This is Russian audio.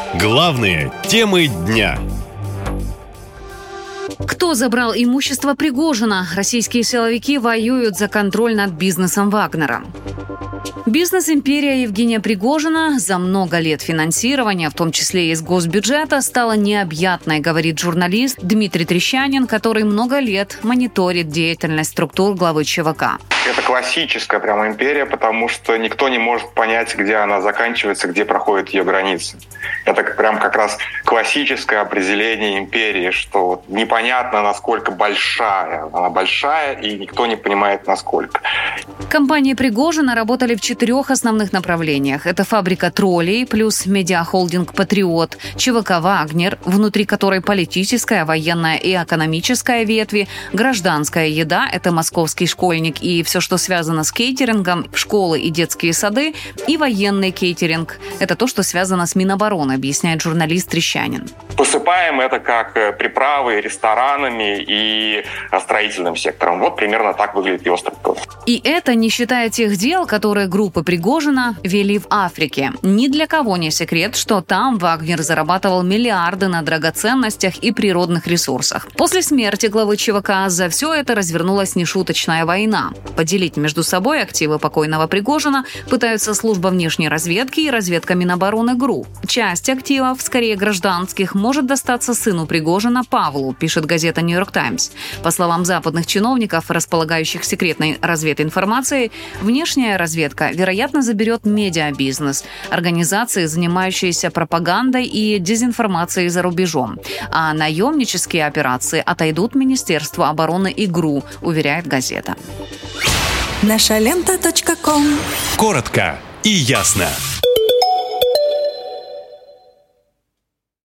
Главные темы дня. Кто забрал имущество Пригожина? Российские силовики воюют за контроль над бизнесом Вагнера. Бизнес-империя Евгения Пригожина за много лет финансирования, в том числе из госбюджета, стала необъятной, говорит журналист Дмитрий Трещанин, который много лет мониторит деятельность структур главы ЧВК. Это классическая прямо империя, потому что никто не может понять, где она заканчивается, где проходят ее границы. Это прям как раз классическое определение империи, что непонятно, насколько большая. Она большая, и никто не понимает, насколько. Компании Пригожина работали в 4 основных направлениях. Это фабрика троллей, плюс медиахолдинг «Патриот», ЧВК «Вагнер», внутри которой политическая, военная и экономическая ветви, гражданская еда – это московский школьник и все, что связано с кейтерингом, школы и детские сады, и военный кейтеринг – это то, что связано с Минобороны, объясняет журналист Трещанин. Посыпаем это как приправы ресторанами и строительным сектором. Вот примерно так выглядит его структура. И это не считая тех дел, которые группы Пригожина вели в Африке. Ни для кого не секрет, что там Вагнер зарабатывал миллиарды на драгоценностях и природных ресурсах. После смерти главы ЧВК за все это развернулась нешуточная война. Поделить между собой активы покойного Пригожина пытаются служба внешней разведки и разведка Минобороны ГРУ. Часть активов, скорее гражданских, может достаться сыну Пригожина Павлу, пишет газета «Нью-Йорк Таймс». По словам западных чиновников, располагающих секретной развединформацией, внешняя разведка, вероятно, заберет медиабизнес, организации, занимающиеся пропагандой и дезинформацией за рубежом. А наемнические операции отойдут Министерству обороны и ГРУ, уверяет газета. Нашалента.ком. Коротко и ясно.